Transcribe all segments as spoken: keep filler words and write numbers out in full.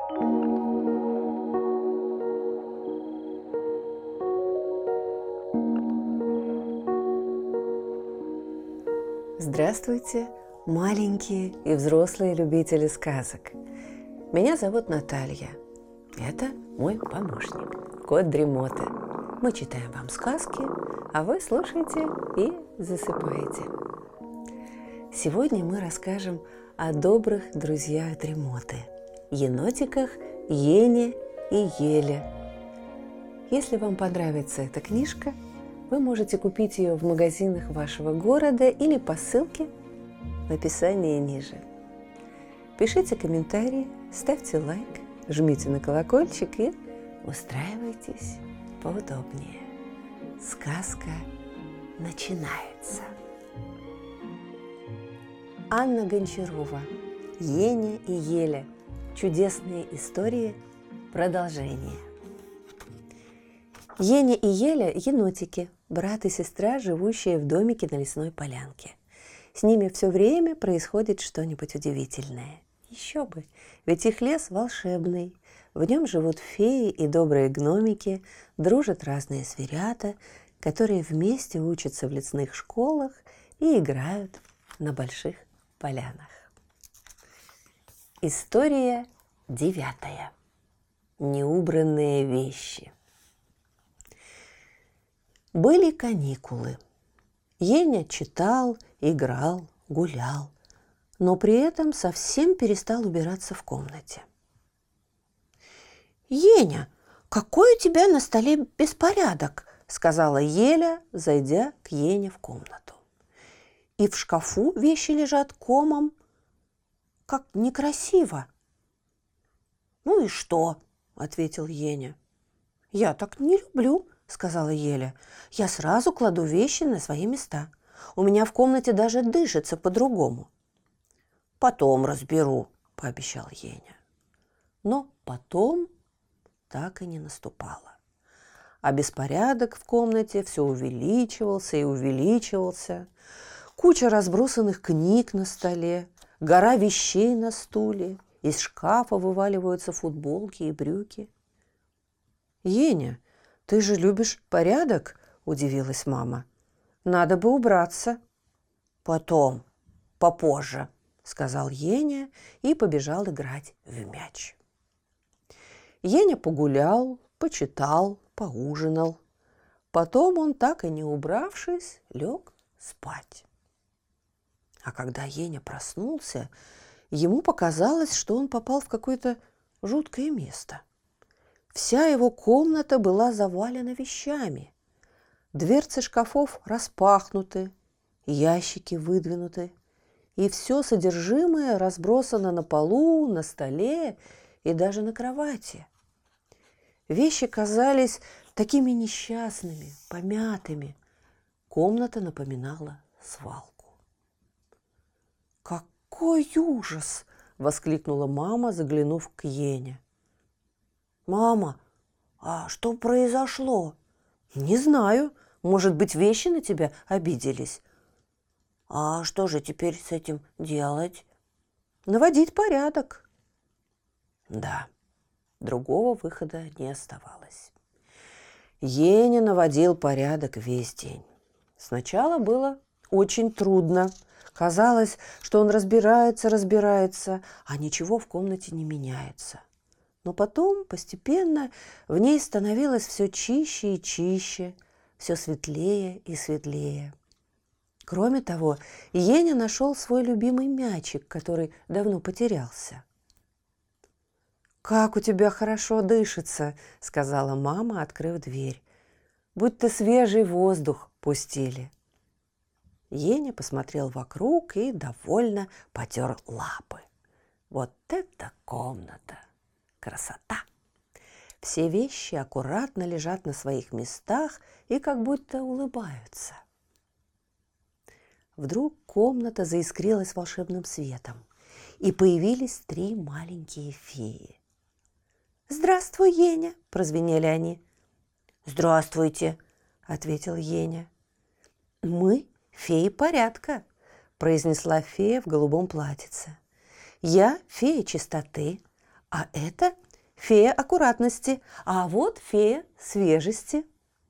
Здравствуйте, маленькие и взрослые любители сказок. Меня зовут Наталья. Это мой помощник, кот Дремота. Мы читаем вам сказки, а вы слушаете и засыпаете. Сегодня мы расскажем о добрых друзьях Дремоты – енотиках Ене и Еле. Если вам понравится эта книжка, вы можете купить ее в магазинах вашего города или по ссылке в описании ниже. Пишите комментарии, ставьте лайк, жмите на колокольчик и устраивайтесь поудобнее. Сказка начинается. Анна Гончарова. Еня и Еля. Чудесные истории. Продолжение. Еня и Еля – енотики, брат и сестра, живущие в домике на лесной полянке. С ними все время происходит что-нибудь удивительное. Еще бы, ведь их лес волшебный. В нем живут феи и добрые гномики, дружат разные зверята, которые вместе учатся в лесных школах и играют на больших полянах. История девятая. Неубранные вещи. Были каникулы. Еня читал, играл, гулял, но при этом совсем перестал убираться в комнате. «Еня, какой у тебя на столе беспорядок!» – сказала Еля, зайдя к Ене в комнату. «И в шкафу вещи лежат комом. Как некрасиво!» «Ну и что?» – ответил Еня. «Я так не люблю», – сказала Еля. «Я сразу кладу вещи на свои места. У меня в комнате даже дышится по-другому». «Потом разберу», – пообещал Еня. Но потом так и не наступало. А беспорядок в комнате все увеличивался и увеличивался. Куча разбросанных книг на столе, гора вещей на стуле, из шкафа вываливаются футболки и брюки. «Еня, ты же любишь порядок?» – удивилась мама. «Надо бы убраться». «Потом, попозже», – сказал Еня и побежал играть в мяч. Еня погулял, почитал, поужинал. Потом он, так и не убравшись, лег спать. А когда Еня проснулся, ему показалось, что он попал в какое-то жуткое место. Вся его комната была завалена вещами. Дверцы шкафов распахнуты, ящики выдвинуты, и все содержимое разбросано на полу, на столе и даже на кровати. Вещи казались такими несчастными, помятыми. Комната напоминала свалку. «Какой ужас!» – воскликнула мама, заглянув к Ене. «Мама, а что произошло?» «Не знаю. Может быть, вещи на тебя обиделись?» «А что же теперь с этим делать?» «Наводить порядок». Да, другого выхода не оставалось. Еня наводил порядок весь день. Сначала было очень трудно. Казалось, что он разбирается, разбирается, а ничего в комнате не меняется. Но потом постепенно в ней становилось все чище и чище, все светлее и светлее. Кроме того, Еня нашел свой любимый мячик, который давно потерялся. «Как у тебя хорошо дышится», — сказала мама, открыв дверь. «Будто свежий воздух пустили». Еня посмотрел вокруг и довольно потер лапы. Вот это комната! Красота! Все вещи аккуратно лежат на своих местах и как будто улыбаются. Вдруг комната заискрилась волшебным светом, и появились три маленькие феи. «Здравствуй, Еня!» – прозвенели они. «Здравствуйте!» – ответил Еня. «Мы феи порядка», – произнесла фея в голубом платьице. «Я фея чистоты, А это фея аккуратности, а вот фея свежести.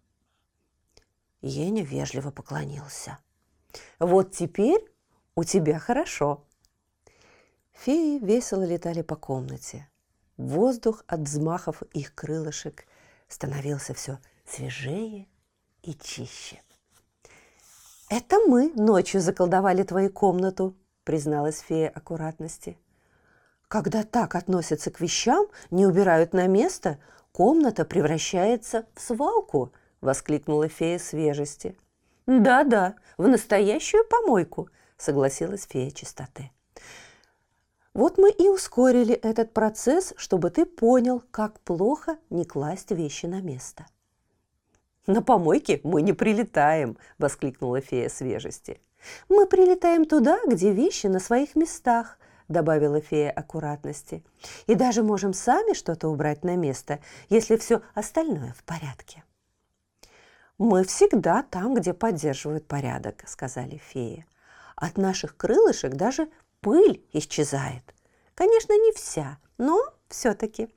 Еня вежливо поклонился. Вот теперь у тебя хорошо. Феи весело летали по комнате. Воздух от взмахов их крылышек становился все свежее и чище. «Это мы ночью заколдовали твою комнату», – призналась фея аккуратности. «Когда так относятся к вещам, не убирают на место, комната превращается в свалку», – воскликнула фея свежести. «Да-да, в настоящую помойку», – согласилась фея чистоты. «Вот мы и ускорили этот процесс, чтобы ты понял, как плохо не класть вещи на место». «На помойке мы не прилетаем», – воскликнула фея свежести. «Мы прилетаем туда, где вещи на своих местах», – добавила фея аккуратности. «И даже можем сами что-то убрать на место, если все остальное в порядке». «Мы всегда там, где поддерживают порядок», – сказали феи. «От наших крылышек даже пыль исчезает. Конечно, не вся, но все-таки».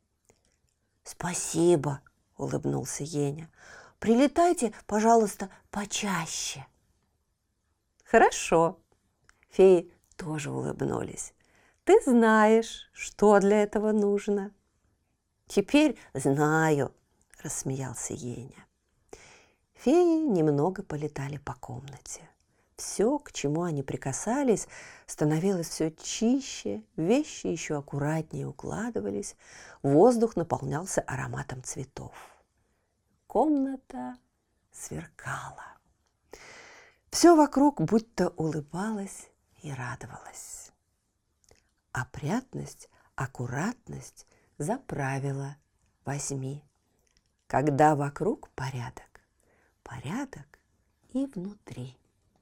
«Спасибо», – улыбнулся Еня. «Прилетайте, пожалуйста, почаще». «Хорошо». Феи тоже улыбнулись. «Ты знаешь, что для этого нужно». «Теперь знаю», – рассмеялся Еня. Феи немного полетали по комнате. Все, к чему они прикасались, становилось все чище, вещи еще аккуратнее укладывались, воздух наполнялся ароматом цветов. Комната сверкала. Все вокруг будто улыбалось и радовалось. Опрятность, аккуратность за правило возьми. Когда вокруг порядок, порядок и внутри.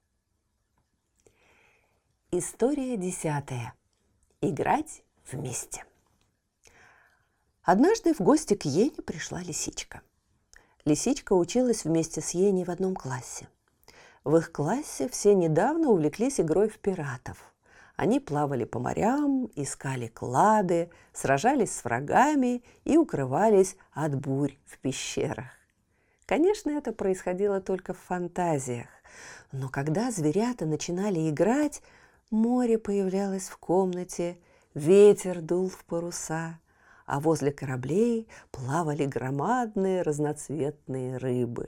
История десятая. Играть вместе. Однажды в гости к Ене пришла лисичка. Лисичка училась вместе с Еней в одном классе. В их классе все недавно увлеклись игрой в пиратов. Они плавали по морям, искали клады, сражались с врагами и укрывались от бурь в пещерах. Конечно, это происходило только в фантазиях, но когда зверята начинали играть, море появлялось в комнате, ветер дул в паруса, а возле кораблей плавали громадные разноцветные рыбы.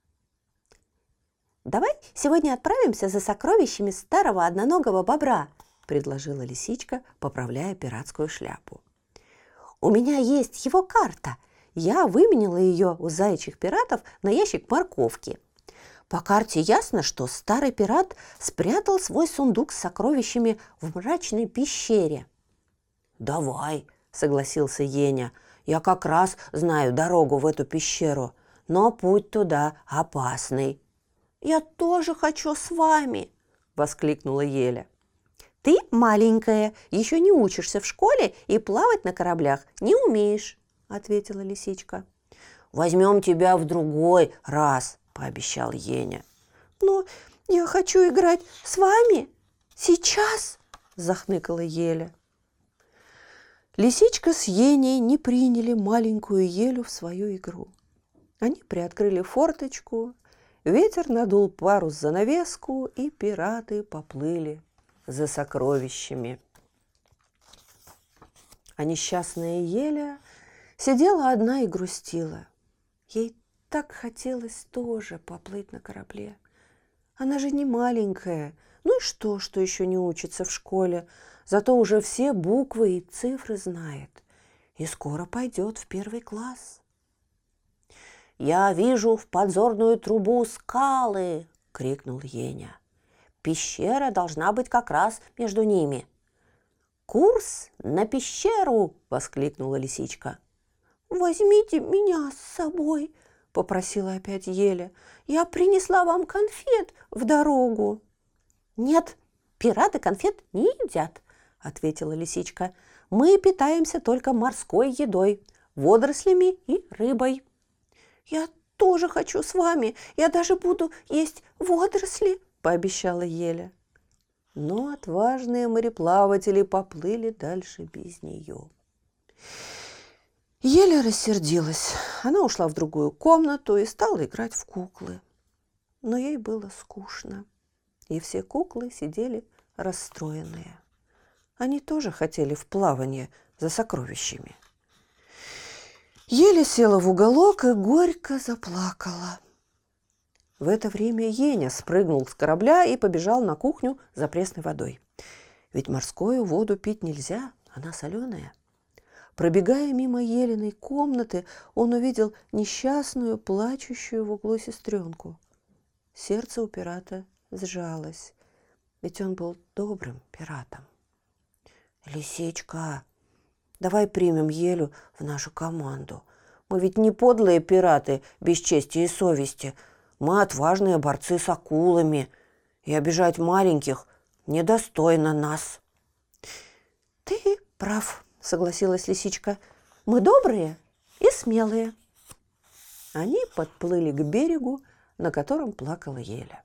«Давай сегодня отправимся за сокровищами старого одноногого бобра», – предложила лисичка, поправляя пиратскую шляпу. «У меня есть его карта. Я выменила ее у заячьих пиратов на ящик морковки. По карте ясно, что старый пират спрятал свой сундук с сокровищами в мрачной пещере». «Давай», – согласился Еня. «Я как раз знаю дорогу в эту пещеру, но путь туда опасный». «Я тоже хочу с вами!» – воскликнула Еля. «Ты маленькая, еще не учишься в школе и плавать на кораблях не умеешь», – ответила лисичка. «Возьмем тебя в другой раз», – пообещал Еня. «Но я хочу играть с вами сейчас!» – захныкала Еля. Лисичка с Еней не приняли маленькую Елю в свою игру. Они приоткрыли форточку, ветер надул парус-занавеску, и пираты поплыли за сокровищами. А несчастная Еля сидела одна и грустила. Ей так хотелось тоже поплыть на корабле. Она же не маленькая. Ну и что, что еще не учится в школе? Зато уже все буквы и цифры знает. И скоро пойдет в первый класс. «Я вижу в подзорную трубу скалы!» – крикнул Еня. «Пещера должна быть как раз между ними». «Курс на пещеру!» – воскликнула лисичка. «Возьмите меня с собой!» – попросила опять Еля. «Я принесла вам конфет в дорогу». «Нет, пираты конфет не едят», – ответила лисичка. «Мы питаемся только морской едой, водорослями и рыбой». «Я тоже хочу с вами, я даже буду есть водоросли», – пообещала Еля. Но отважные мореплаватели поплыли дальше без нее. Еля рассердилась. Она ушла в другую комнату и стала играть в куклы. Но ей было скучно, и все куклы сидели расстроенные. Они тоже хотели в плавание за сокровищами. Еля села в уголок и горько заплакала. В это время Еня спрыгнул с корабля и побежал на кухню за пресной водой. Ведь морскую воду пить нельзя, она соленая. Пробегая мимо Елиной комнаты, он увидел несчастную, плачущую в углу сестренку. Сердце у пирата сжалось, ведь он был добрым пиратом. «Лисичка, давай примем Елю в нашу команду. Мы ведь не подлые пираты без чести и совести. Мы отважные борцы с акулами, и обижать маленьких недостойно нас». «Ты прав», — согласилась лисичка. «Мы добрые и смелые». Они подплыли к берегу, на котором плакала Еля.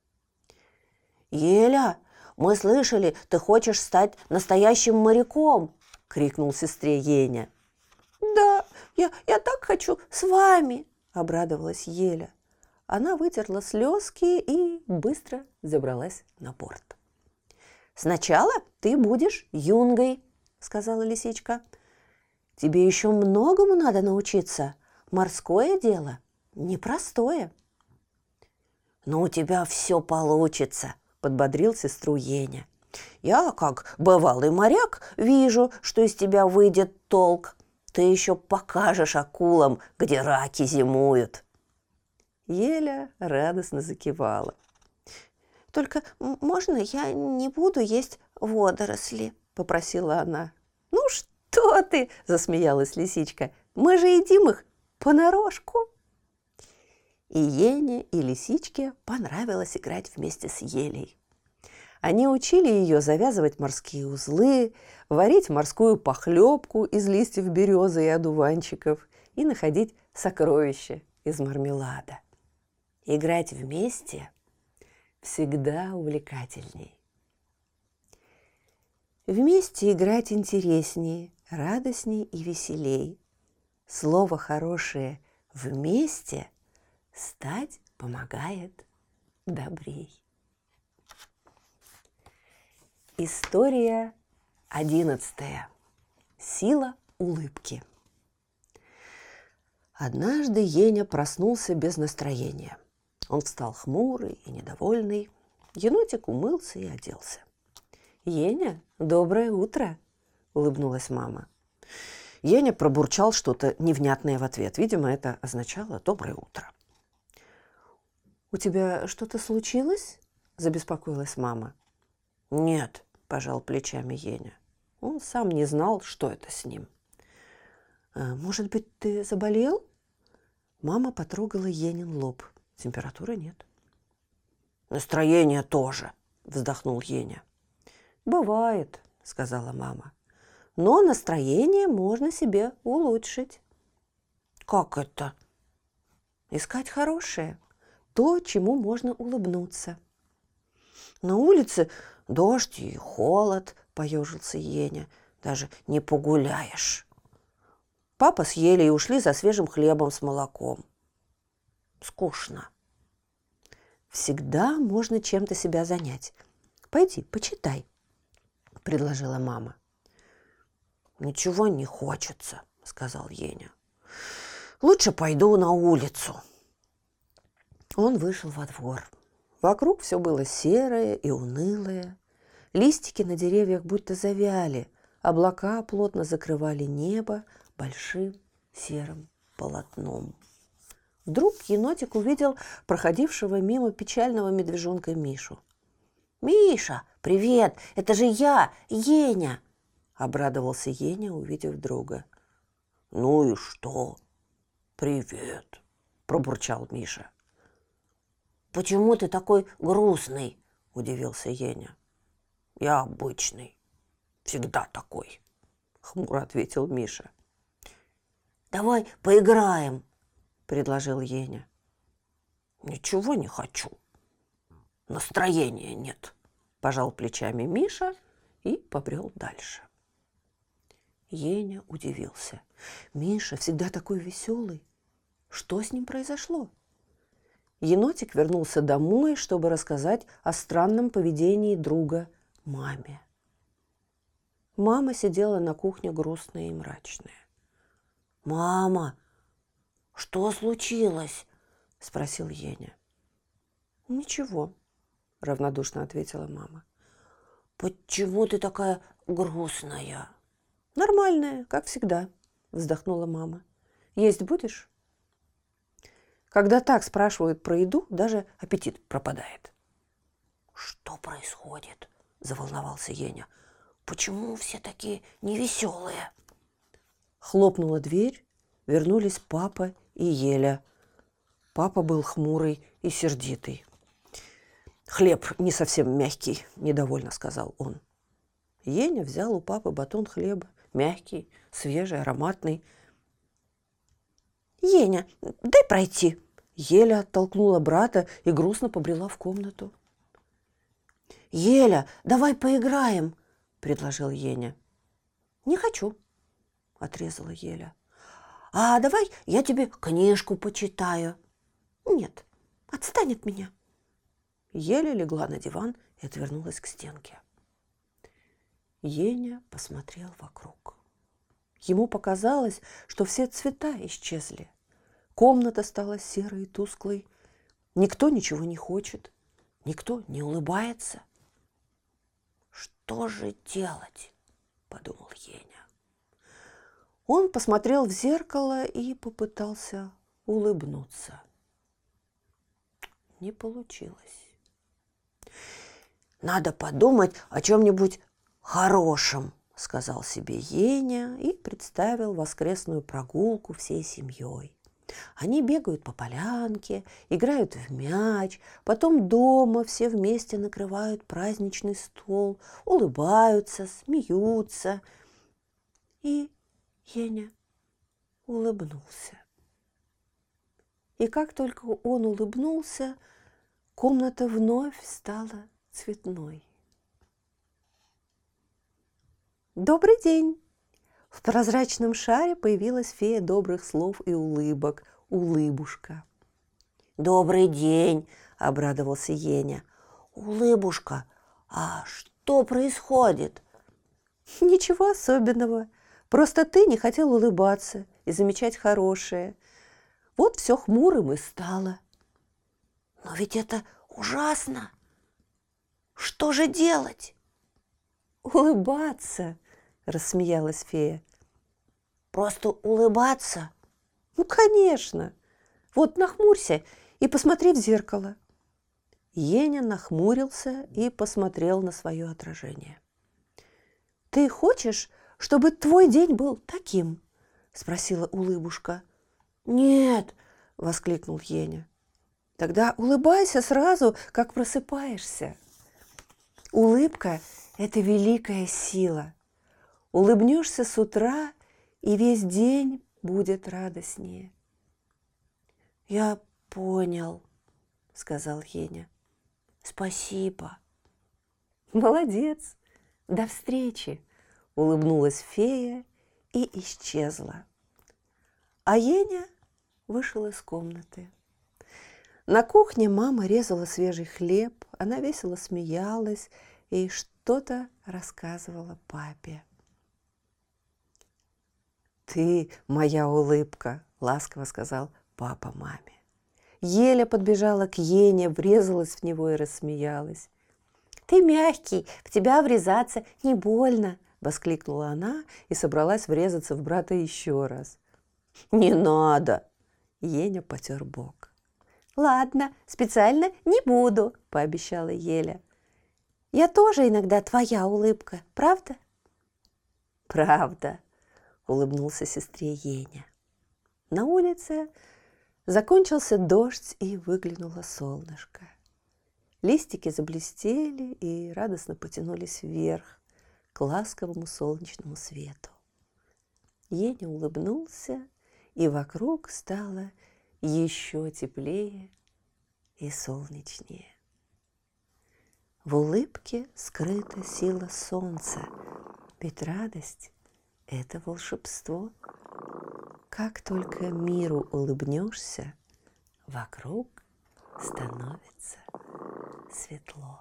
«Еля, мы слышали, ты хочешь стать настоящим моряком!» — крикнул сестре Еня. «Да, я, я так хочу с вами!» — обрадовалась Еля. Она вытерла слезки и быстро забралась на борт. «Сначала ты будешь юнгой», — сказала лисичка. «Тебе еще многому надо научиться. Морское дело непростое». «Но у тебя все получится», — подбодрил сестру Еня. «Я, как бывалый моряк, вижу, что из тебя выйдет толк. Ты еще покажешь акулам, где раки зимуют». Еля радостно закивала. «Только можно я не буду есть водоросли?» – попросила она. «Ну что ты!» – засмеялась лисичка. «Мы же едим их понарошку». И Ене, и лисичке понравилось играть вместе с Елей. Они учили ее завязывать морские узлы, варить морскую похлебку из листьев березы и одуванчиков и находить сокровища из мармелада. Играть вместе всегда увлекательней. Вместе играть интереснее, радостней и веселей. Слово хорошее «вместе» стать помогает добрей. История одиннадцатая. Сила улыбки. Однажды Еня проснулся без настроения. Он встал хмурый и недовольный. Енотик умылся и оделся. «Еня, доброе утро!» – улыбнулась мама. Еня пробурчал что-то невнятное в ответ. Видимо, это означало «доброе утро». «У тебя что-то случилось?» – забеспокоилась мама. «Нет», – пожал плечами Еня. Он сам не знал, что это с ним. «Может быть, ты заболел?» Мама потрогала Енин лоб. Температуры нет. «Настроение тоже», – вздохнул Еня. «Бывает», – сказала мама. «Но настроение можно себе улучшить». «Как это?» «Искать хорошее, то, чему можно улыбнуться». «На улице дождь и холод», – поежился Еня. «Даже не погуляешь». Папа с Елей ушли за свежим хлебом с молоком. Скучно. «Всегда можно чем-то себя занять. Пойди, почитай», – предложила мама. «Ничего не хочется», – сказал Еня. «Лучше пойду на улицу». Он вышел во двор. Вокруг все было серое и унылое. Листики на деревьях будто завяли, облака плотно закрывали небо большим серым полотном. Вдруг енотик увидел проходившего мимо печального медвежонка Мишу. «Миша, привет! Это же я, Еня!» – обрадовался Еня, увидев друга. «Ну и что? Привет!» – пробурчал Миша. «Почему ты такой грустный?» – удивился Еня. «Я обычный, всегда такой», – хмуро ответил Миша. «Давай поиграем», – предложил Еня. «Ничего не хочу. Настроения нет», – пожал плечами Миша и побрел дальше. Еня удивился. Миша всегда такой веселый. Что с ним произошло? Енотик вернулся домой, чтобы рассказать о странном поведении друга маме. Мама сидела на кухне грустная и мрачная. «Мама, что случилось?» – спросил Еня. «Ничего», – равнодушно ответила мама. «Почему ты такая грустная?» «Нормальная, как всегда», – вздохнула мама. «Есть будешь?» Когда так спрашивают про еду, даже аппетит пропадает. «Что происходит?» – заволновался Еня. «Почему все такие невеселые?» Хлопнула дверь, вернулись папа и Еля. Папа был хмурый и сердитый. «Хлеб не совсем мягкий», – недовольно сказал он. Еня взял у папы батон хлеба, мягкий, свежий, ароматный. «Еня, дай пройти!» Еля оттолкнула брата и грустно побрела в комнату. «Еля, давай поиграем!» – предложил Еня. «Не хочу!» – отрезала Еля. «А давай я тебе книжку почитаю!» «Нет, отстань от меня!» Еля легла на диван и отвернулась к стенке. Еня посмотрел вокруг. Ему показалось, что все цвета исчезли. Комната стала серой и тусклой. Никто ничего не хочет, никто не улыбается. «Что же делать?» – подумал Еня. Он посмотрел в зеркало и попытался улыбнуться. Не получилось. «Надо подумать о чем-нибудь хорошем», – сказал себе Еня и представил воскресную прогулку всей семьей. Они бегают по полянке, играют в мяч, потом дома все вместе накрывают праздничный стол, улыбаются, смеются. И Еня улыбнулся. И как только он улыбнулся, комната вновь стала цветной. «Добрый день!» В прозрачном шаре появилась фея добрых слов и улыбок, Улыбушка. «Добрый день!» – обрадовался Еня. «Улыбушка, а что происходит?» «Ничего особенного. Просто ты не хотел улыбаться и замечать хорошее. Вот все хмурым и стало». «Но ведь это ужасно! Что же делать?» «Улыбаться!» – рассмеялась фея. «Просто улыбаться?» «Ну, конечно! Вот нахмурься и посмотри в зеркало». Еня нахмурился и посмотрел на свое отражение. «Ты хочешь, чтобы твой день был таким?» – спросила Улыбушка. «Нет!» – воскликнул Еня. «Тогда улыбайся сразу, как просыпаешься. Улыбка – это великая сила. Улыбнешься с утра, и весь день будет радостнее». «Я понял», – сказал Еня. «Спасибо». «Молодец! До встречи!» – улыбнулась фея и исчезла. А Еня вышел из комнаты. На кухне мама резала свежий хлеб, она весело смеялась и что-то рассказывала папе. «Ты моя улыбка», – ласково сказал папа маме. Еля подбежала к Ене, врезалась в него и рассмеялась. «Ты мягкий, в тебя врезаться не больно», – воскликнула она и собралась врезаться в брата еще раз. «Не надо!» – Еня потер бок. «Ладно, специально не буду», – пообещала Еля. «Я тоже иногда твоя улыбка, правда?» «Правда», – улыбнулся сестре Еня. На улице закончился дождь и выглянуло солнышко. Листики заблестели и радостно потянулись вверх к ласковому солнечному свету. Еня улыбнулся, и вокруг стало еще теплее и солнечнее. В улыбке скрыта сила солнца, ведь радость это волшебство. Как только миру улыбнешься, вокруг становится светло.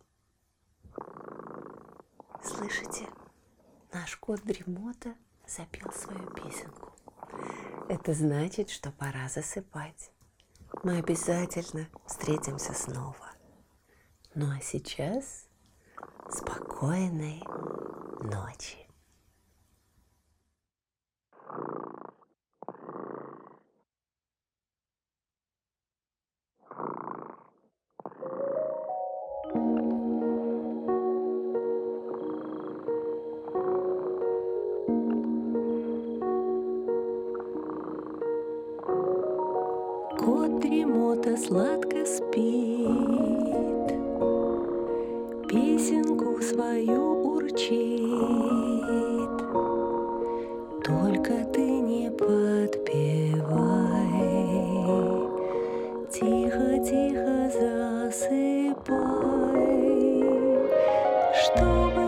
Слышите, наш кот Дремота запел свою песенку. Это значит, что пора засыпать. Мы обязательно встретимся снова. Ну а сейчас спокойной ночи. Кот Дремота сладко спит, песенку свою урчит. Только ты не подпевай, тихо-тихо засыпай, чтобы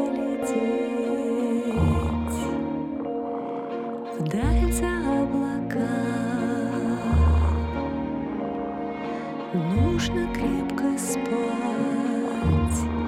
полететь вдаль за облака. Нужно крепко спать,